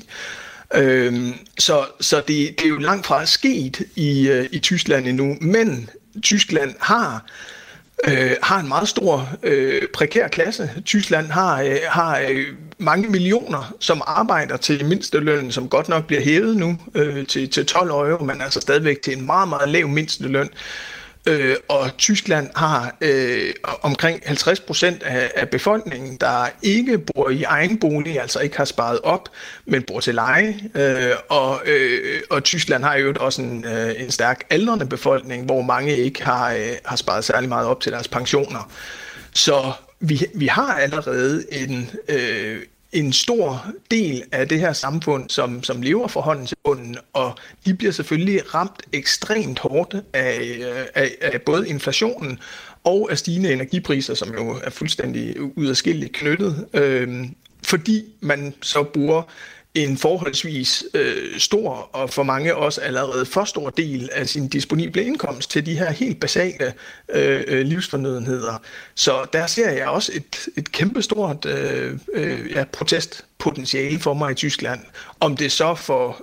S2: Så det er jo langt fra sket i Tyskland endnu, men Tyskland har en meget stor prekær klasse. Tyskland har mange millioner, som arbejder til mindsteløn, som godt nok bliver hævet nu til 12 euro, men altså stadigvæk til en meget, meget lav mindsteløn. Og Tyskland har omkring 50% af befolkningen, der ikke bor i egen bolig, altså ikke har sparet op, men bor til leje. Og Tyskland har jo også en stærk aldrende befolkning, hvor mange ikke har sparet særlig meget op til deres pensioner. Så vi har allerede en stor del af det her samfund, som lever fra hånden til bunden, og de bliver selvfølgelig ramt ekstremt hårdt af både inflationen og af stigende energipriser, som jo er fuldstændig uadskilleligt knyttet, fordi man så bruger en forholdsvis stor og for mange også allerede for stor del af sin disponible indkomst til de her helt basale livsfornødenheder. Så der ser jeg også et kæmpestort protestpotentiale for mig i Tyskland. Om det så for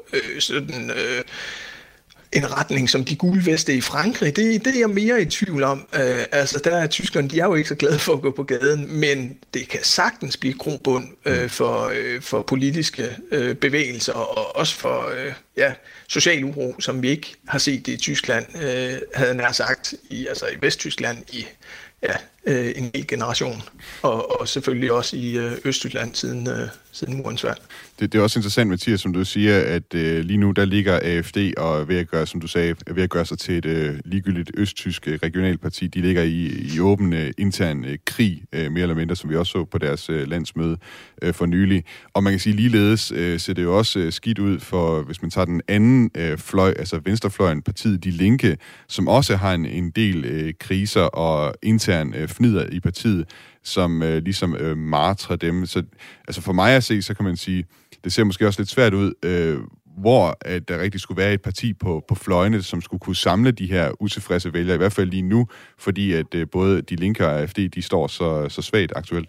S2: en retning som de gule veste i Frankrig, det er jeg mere i tvivl om. Altså der er tyskerne, de er jo ikke så glade for at gå på gaden, men det kan sagtens blive grobund for politiske bevægelser, og også for social uro, som vi ikke har set det i Tyskland, havde nær sagt, i Vesttyskland i en hel generation, og selvfølgelig også i Østtyskland siden murens fald.
S3: Det er også interessant, Mathias, som du siger, at lige nu der ligger AfD og ved at gøre sig til et ligegyldigt østtysk regionalparti. De ligger i åben intern krig, mere eller mindre, som vi også så på deres landsmøde for nylig. Og man kan sige ligeledes ser det jo også skidt ud for, hvis man tager den anden fløj, altså venstrefløjen, partiet De Linke, som også har en del kriser og intern fnider i partiet, som ligesom martrer dem. Så altså for mig at se, så kan man sige, det ser måske også lidt svært ud, hvor at der rigtig skulle være et parti på fløjene, som skulle kunne samle de her utilfredse vælgere, i hvert fald lige nu, fordi at både De Linke og AfD, de står så svagt aktuelt.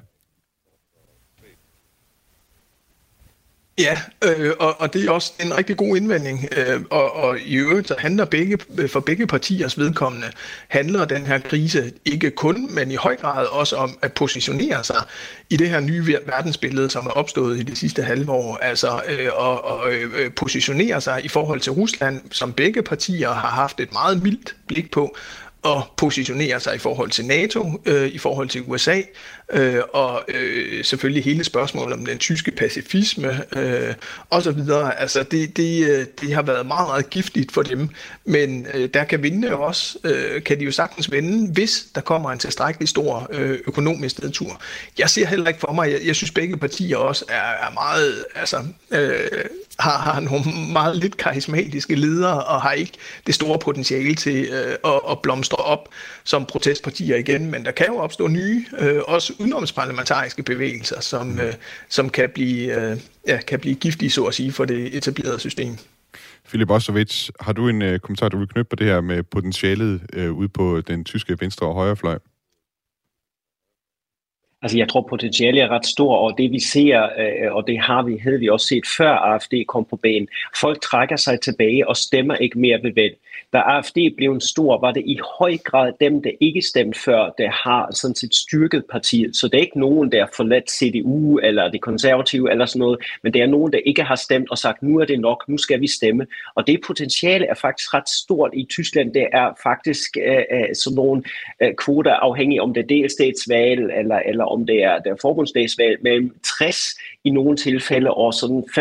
S2: Ja, og det er også en rigtig god indvending, og i øvrigt så handler for begge partiers vedkommende, handler den her krise ikke kun, men i høj grad også om at positionere sig i det her nye verdensbillede, som er opstået i de sidste halve år, altså og positionere sig i forhold til Rusland, som begge partier har haft et meget mildt blik på, og positionere sig i forhold til NATO, i forhold til USA, og selvfølgelig hele spørgsmålet om den tyske pacifisme og så videre. Altså det har været meget, meget giftigt for dem, men der kan vinde også, kan de jo sagtens vinde, hvis der kommer en tilstrækkelig stor økonomisk nedtur. Jeg ser heller ikke for mig, jeg synes begge partier også er meget, har nogle meget lidt karismatiske ledere, og har ikke det store potentiale til at blomstre op som protestpartier igen, men der kan jo opstå nye, også udenomsparlamentariske bevægelser, som kan blive giftige, så at sige, for det etablerede system.
S3: Filip Ostrovich, har du en kommentar, du vil knytte på det her med potentialet ude på den tyske venstre- og højrefløj?
S6: Altså jeg tror potentialet er ret stor, og det vi ser, og det havde vi også set før AfD kom på banen. Folk trækker sig tilbage og stemmer ikke mere ved valg. Da AfD blev stor, var det i høj grad dem, der ikke stemte før, der har sådan set styrket partiet. Så det er ikke nogen, der har forladt CDU eller det konservative eller sådan noget, men det er nogen, der ikke har stemt og sagt, nu er det nok, nu skal vi stemme. Og det potentiale er faktisk ret stort i Tyskland. Det er faktisk sådan nogle kvoter afhængige om det er delstatsvalg eller om det er forbundsdagsvalg, mellem 60 i nogle tilfælde og sådan 75-78%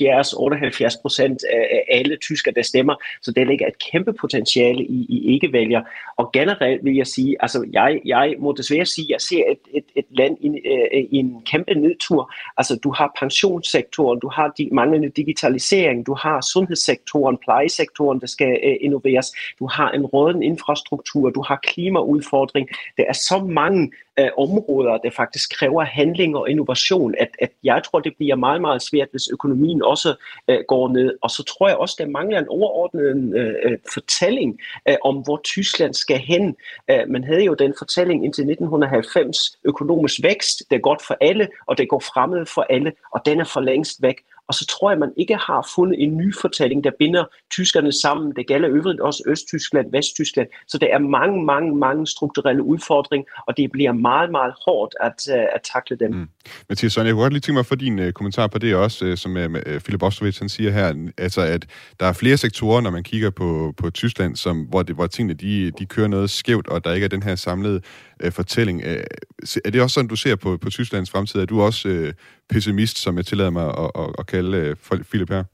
S6: af alle tyskere, der stemmer. Så det ligger et kæmpe potentiale i ikke-vælger. Og generelt vil jeg sige, altså jeg må desværre sige, at jeg ser et land i en kæmpe nedtur. Altså du har pensionssektoren, du har manglende digitalisering, du har sundhedssektoren, plejesektoren, der skal innoveres, du har en rådden infrastruktur, du har klimaudfordring. Der er så mange områder, der faktisk kræver handling og innovation, at jeg tror, det bliver meget, meget svært, hvis økonomien også går ned. Og så tror jeg også, der mangler en overordnet fortælling om, hvor Tyskland skal hen. Man havde jo den fortælling indtil 1990, økonomisk vækst, det er godt for alle, og det går fremad for alle, og den er for længst væk. Og så tror jeg, man ikke har fundet en ny fortælling, der binder tyskerne sammen. Det gælder øvrigt også Østtyskland, Vesttyskland. Så der er mange strukturelle udfordringer, og det bliver meget, meget hårdt at takle dem.
S3: Mathias Søren, jeg kunne godt lige tænke mig at få din kommentar på det også, som Philip Ostrowitz han siger her, altså at der er flere sektorer, når man kigger på Tyskland, hvor tingene de kører noget skævt, og der ikke er den her samlede fortælling. Er det også sådan, du ser på Tysklands fremtid? Er du også pessimist, som jeg tillader mig at kalde Philip her?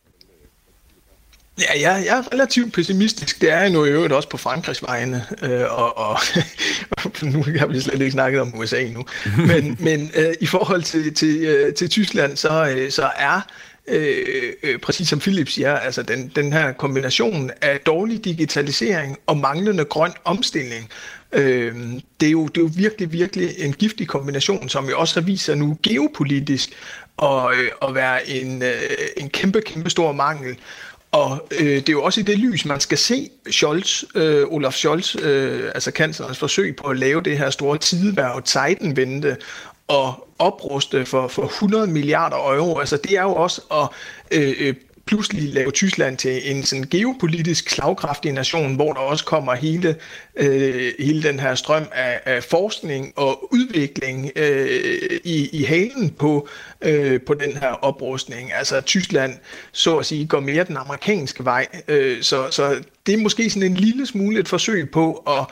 S2: Ja, jeg er relativt pessimistisk. Det er jeg nu i øvrigt også på Frankrigs vegne, og nu har vi slet ikke snakket om USA nu. Men i forhold til Tyskland, så er præcis som Philip siger, altså den her kombination af dårlig digitalisering og manglende grøn omstilling, det er jo virkelig en giftig kombination, som jo også viser nu geopolitisk at være en kæmpe stor mangel. Og det er jo også i det lys, man skal se Olaf Scholz, altså kanslerens forsøg på at lave det her store tideværv, Zeitenwende, og opruste for 100 milliarder euro. Altså det er jo også at pludselig lave Tyskland til en sådan geopolitisk slagkraftig nation, hvor der også kommer hele den her strøm af forskning og udvikling i halen på den her oprustning. Altså Tyskland, så at sige, går mere den amerikanske vej. Så det er måske sådan en lille smule et forsøg på at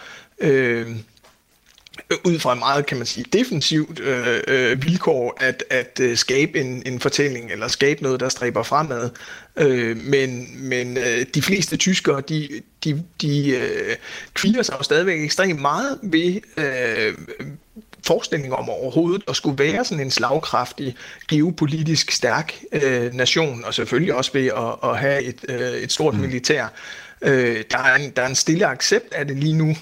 S2: ud fra en meget, kan man sige, defensivt vilkår at skabe en fortælling, eller skabe noget, der stræber fremad. Men de fleste tyskere, de kviler sig jo stadigvæk ekstremt meget ved forestilling om overhovedet at skulle være sådan en slagkraftig, geopolitisk stærk nation, og selvfølgelig også ved at have et stort militær. Der er en stille accept af det lige nu,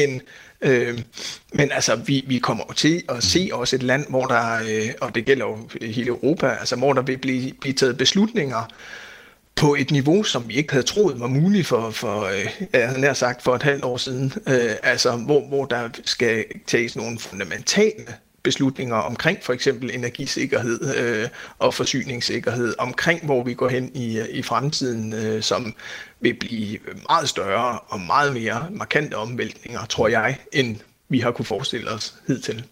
S2: men altså, vi kommer til at se også et land, hvor der, og det gælder jo hele Europa, altså hvor der vil blive taget beslutninger på et niveau, som vi ikke havde troet var muligt for jeg havde nær sagt, for et halvt år siden. Altså, hvor der skal tages nogle fundamentale beslutninger omkring for eksempel energisikkerhed og forsyningssikkerhed, omkring hvor vi går hen i fremtiden, som vil blive meget større og meget mere markante omvæltninger, tror jeg, end vi har kunne forestille os hidtil.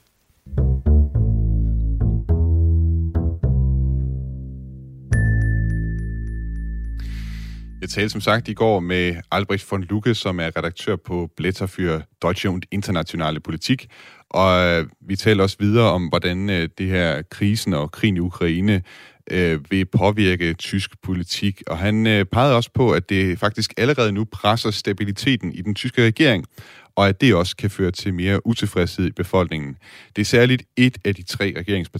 S3: Jeg talte som sagt i går med Albrecht von Lucke, som er redaktør på Blätter für Deutsche und Internationale Politik. Og vi talte også videre om, hvordan det her krisen og krigen i Ukraine vil påvirke tysk politik. Og han pegede også på, at det faktisk allerede nu presser stabiliteten i den tyske regering, og at det også kan føre til mere utilfredshed i befolkningen. Det er særligt et af de tre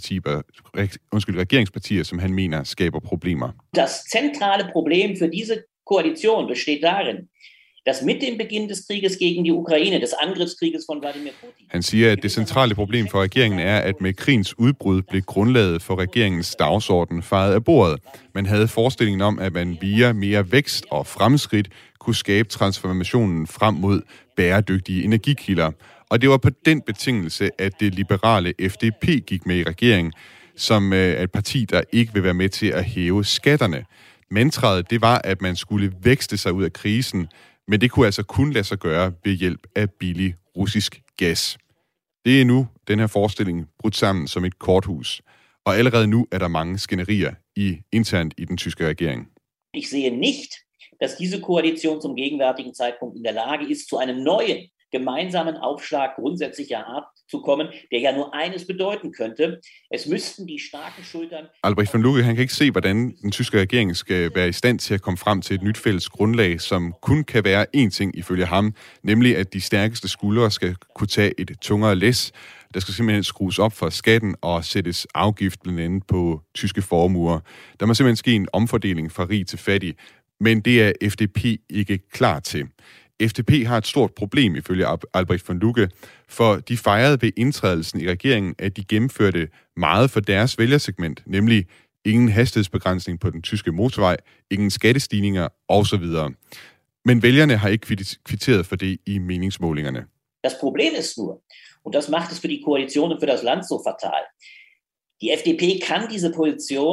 S3: regeringspartier, som han mener skaber problemer.
S9: Das zentrale Problem für diese Koalition besteht darin, dass mit dem Beginn des Krieges gegen die Ukraine, des Angriffskrieges von Wladimir Putin.
S3: Han siger, at det centrale problem for regeringen er, at med krigens udbrud blev grundlaget for regeringens dagsorden fejet af bordet. Man havde forestillingen om, at man via mere vækst og fremskridt kunne skabe transformationen frem mod bæredygtige energikilder. Og det var på den betingelse, at det liberale FDP gik med i regeringen, som er et parti, der ikke vil være med til at hæve skatterne. Mantraet, det var, at man skulle vækste sig ud af krisen, men det kunne altså kun lade sig gøre ved hjælp af billig russisk gas. Det er nu den her forestilling brudt sammen som et korthus. Og allerede nu er der mange skænderier internt i den tyske regering.
S9: Ich sehe nicht, dass diese Koalition zum gegenwärtigen Zeitpunkt in der Lage ist, zu einem neuen gemeinsamen Aufschlag grundsätzlicher Art zu kommen, der ja nur eines bedeuten könnte. Es müssten die starken Schultern... Albrecht
S3: von Lucke, han kan ikke se, hvordan den tyske regering skal være i stand til at komme frem til et nyt fælles grundlag, som kun kan være én ting ifølge ham, nemlig at de stærkeste skuldre skal kunne tage et tungere læs. Der skal simpelthen skrues op for skatten og sættes afgift blandt andet på tyske formuer. Der må simpelthen ske en omfordeling fra rig til fattig, men det er FDP ikke klar til. FDP har et stort problem ifølge Albrecht von Lucke, for de fejrede ved indtrædelsen i regeringen, at de gennemførte meget for deres vælgersegment, nemlig ingen hastighedsbegrænsning på den tyske motorvej, ingen skattestigninger osv. Men vælgerne har ikke kvitteret for det i meningsmålingerne.
S9: Das Problem ist nur, und das macht es für die Koalition und für das Land so fatal. Die FDP kann diese Position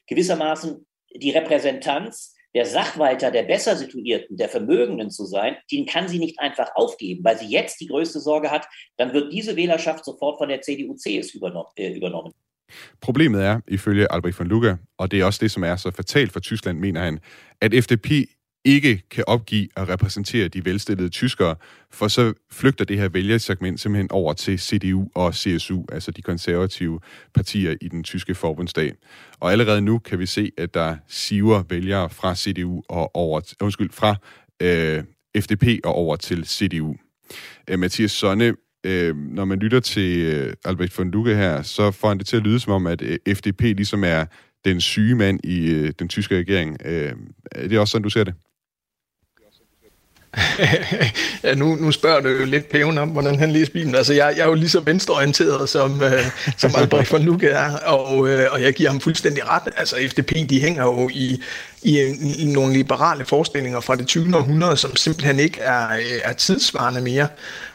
S9: gewissermaßen die Repräsentanz der Sachwalter, der besser situierten, der Vermögenden zu sein, den kann sie nicht einfach aufgeben, weil sie jetzt die größte Sorge hat, dann wird diese Wählerschaft sofort von der CDU-CS übernommen.
S3: Problemet er, ifølge Albrecht von Lucke, og det er også det, som er så fatalt for Tyskland, mener han, at FDP ikke kan opgive at repræsentere de velstillede tyskere, for så flygter det her vælgersegment simpelthen over til CDU og CSU, altså de konservative partier i den tyske forbundsdag. Og allerede nu kan vi se, at der siver vælgere fra CDU og fra FDP og over til CDU. Mathias Sonne, når man lytter til Albrecht von Lucke her, så får han det til at lyde som om, at FDP ligesom er den syge mand i den tyske regering. Er det også sådan, du ser det?
S2: Ja, nu spørger du jo lidt Paven om, hvordan han læser Bibelen. Altså, jeg er jo lige så venstreorienteret, som Albrecht von Lucke er, og jeg giver ham fuldstændig ret. Altså, FDP, de hænger jo i nogle liberale forestillinger fra det 20. århundrede, som simpelthen ikke er tidsvarende mere.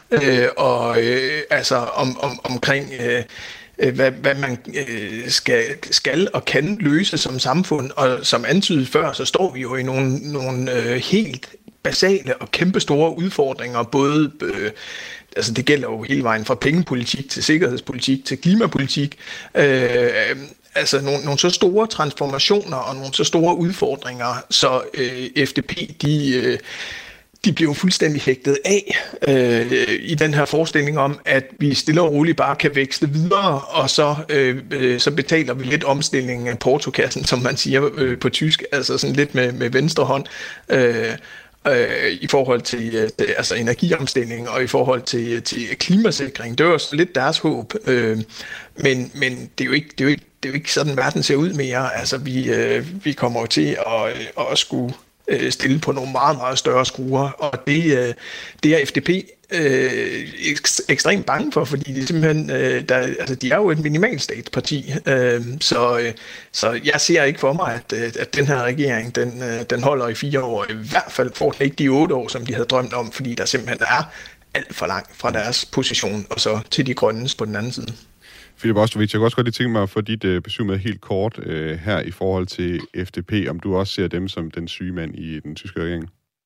S2: Omkring hvad man skal og kan løse som samfund, og som antydet før, så står vi jo i nogle helt basale og kæmpestore udfordringer, både altså det gælder jo hele vejen fra pengepolitik til sikkerhedspolitik til klimapolitik, altså nogle så store transformationer og nogle så store udfordringer, så FDP, de bliver jo fuldstændig hægtet af i den her forestilling om, at vi stille og roligt bare kan vækste videre, og så betaler vi lidt omstillingen af portokassen, som man siger på tysk, altså sådan lidt med venstre hånd, i forhold til altså energiomstilling og i forhold til klimasikring. Det er jo også lidt deres håb, men det er jo ikke sådan, verden ser ud mere. Altså vi kommer jo til at skulle stille på nogle meget, meget større skruer, og det er FDP ekstremt bange for, fordi de simpelthen, de er jo et minimalstatsparti, så jeg ser ikke for mig, at den her regering, den holder i 4 år, i hvert fald får den ikke de 8 år, som de havde drømt om, fordi der simpelthen er alt for langt fra deres position, og så til de grønnes på den anden side.
S3: Filip Ostrovich, jeg kunne også godt lige tænke mig at få dit besøg med helt kort her i forhold til FDP, om du også ser dem som den syge mand i den tyske regering?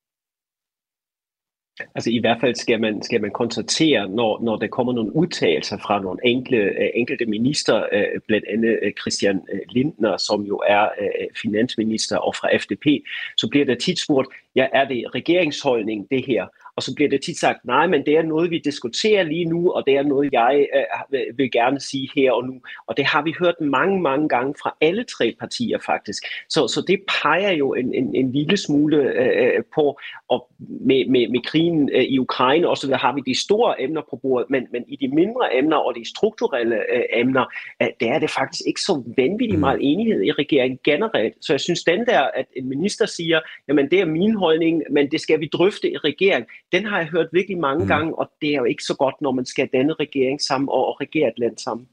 S6: Altså i hvert fald skal man konstatere, når der kommer nogle udtalelser fra nogle enkelte minister, blandt andet Christian Lindner, som jo er finansminister, og fra FDP, så bliver der tit spurgt, ja, er det regeringsholdning det her? Og så bliver det tit sagt, nej, men det er noget, vi diskuterer lige nu, og det er noget, jeg vil gerne sige her og nu. Og det har vi hørt mange, mange gange fra alle 3 partier faktisk. Så det peger jo en lille smule på, og med krigen i Ukraine også, der har vi de store emner på bordet, men i de mindre emner og de strukturelle emner, der er det faktisk ikke så vanvittigt meget enighed i regeringen generelt. Så jeg synes, den der, at en minister siger, jamen det er min holdning, men det skal vi drøfte i regeringen, den har jeg hørt virkelig mange gange, og det er jo ikke så godt, når man skal danne regering sammen og regere et land sammen.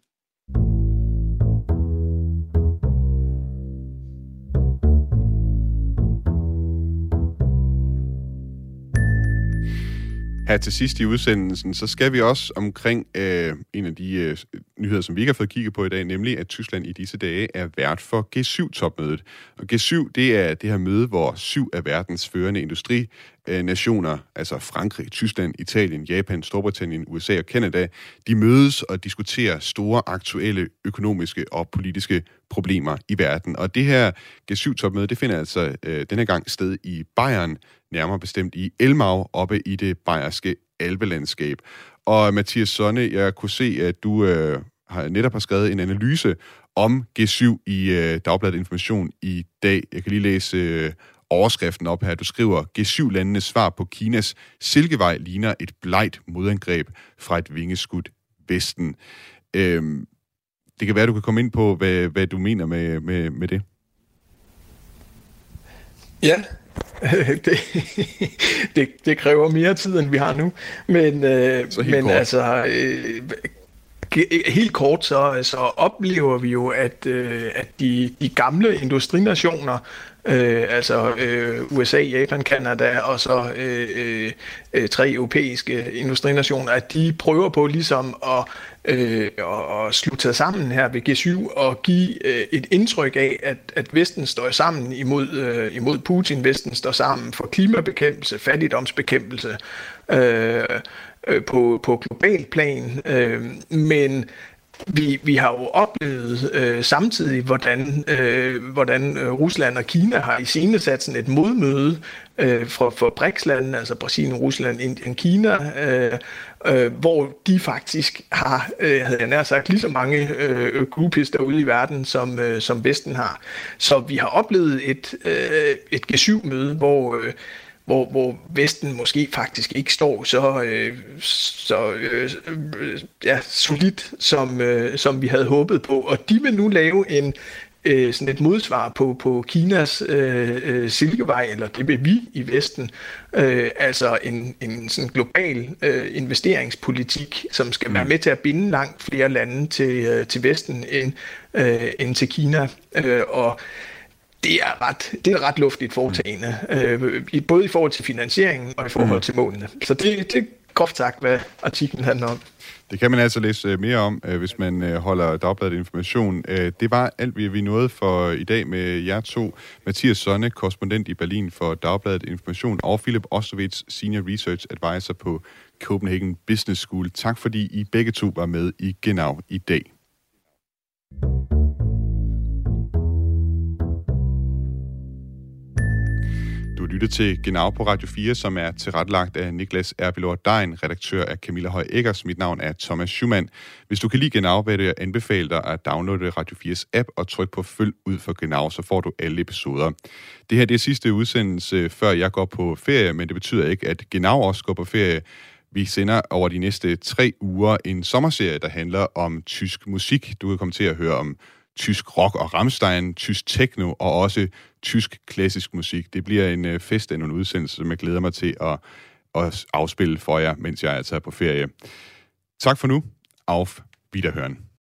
S3: Her til sidst i udsendelsen, så skal vi også omkring en af de nyheder, som vi ikke har fået kigget på i dag, nemlig at Tyskland i disse dage er vært for G7-topmødet. Og G7, det er det her møde, hvor 7 af verdens førende industrinationer, altså Frankrig, Tyskland, Italien, Japan, Storbritannien, USA og Canada, de mødes og diskuterer store aktuelle økonomiske og politiske problemer i verden. Og det her G7-topmøde, det finder altså denne gang sted i Bayern, nærmere bestemt i Elmau, oppe i det bayerske alpelandskab. Og Mathias Sonne, jeg kunne se, at du netop har skrevet en analyse om G7 i Dagbladet Information i dag. Jeg kan lige læse overskriften op her. Du skriver, G7-landenes svar på Kinas Silkevej ligner et blegt modangreb fra et vingeskudt Vesten. Det kan være, du kan komme ind på, hvad du mener med det.
S2: Ja, det kræver mere tid, end vi har nu. Men altså, helt kort så oplever vi jo, at de gamle industrinationer, altså USA, Japan, Canada og så 3 europæiske industrinationer, at de prøver på ligesom at slutte sig sammen her ved G7 og give et indtryk af, at Vesten står sammen imod Putin. Vesten står sammen for klimabekæmpelse, fattigdomsbekæmpelse på global plan, men vi har jo oplevet samtidig, hvordan Rusland og Kina har iscenesat sådan et modmøde for BRICS-landene, altså Brasilien, Rusland, Indien, Kina, hvor de faktisk har, havde jeg nær sagt, lige så mange groupies derude i verden, som Vesten har. Så vi har oplevet et G7-møde, hvor Vesten måske faktisk ikke står så solidt, som vi havde håbet på. Og de vil nu lave sådan et modsvar på Kinas silkevej, eller det vil vi i Vesten, altså en sådan global investeringspolitik, som skal være med til at binde langt flere lande til Vesten end til Kina. Og det er ret luftigt foretagende, både i forhold til finansieringen og i forhold til målene. Så det er groft sagt, hvad artiklen handler om.
S3: Det kan man altså læse mere om, hvis man holder Dagbladet Information. Det var alt, vi nåede for i dag med jer to. Mathias Sonne, korrespondent i Berlin for Dagbladet Information, og Philip Osterwitz, Senior Research Advisor på Copenhagen Business School. Tak fordi I begge to var med i Genau i dag. Du lytter til Genau på Radio 4, som er tilrettelagt af Niklas Erbilor Dein, redaktør af Camilla Høj Eggers. Mit navn er Thomas Schumann. Hvis du kan lide Genau, vil jeg anbefale dig at downloade Radio 4's app og trykke på følg ud for Genau, så får du alle episoder. Det her det er sidste udsendelse, før jeg går på ferie, men det betyder ikke, at Genau også går på ferie. Vi sender over de næste 3 uger en sommerserie, der handler om tysk musik. Du kan komme til at høre om tysk rock og Rammstein, tysk techno og også tysk klassisk musik. Det bliver en fest af nogle udsendelser, som jeg glæder mig til at afspille for jer, mens jeg er på ferie. Tak for nu. Auf Wiederhören.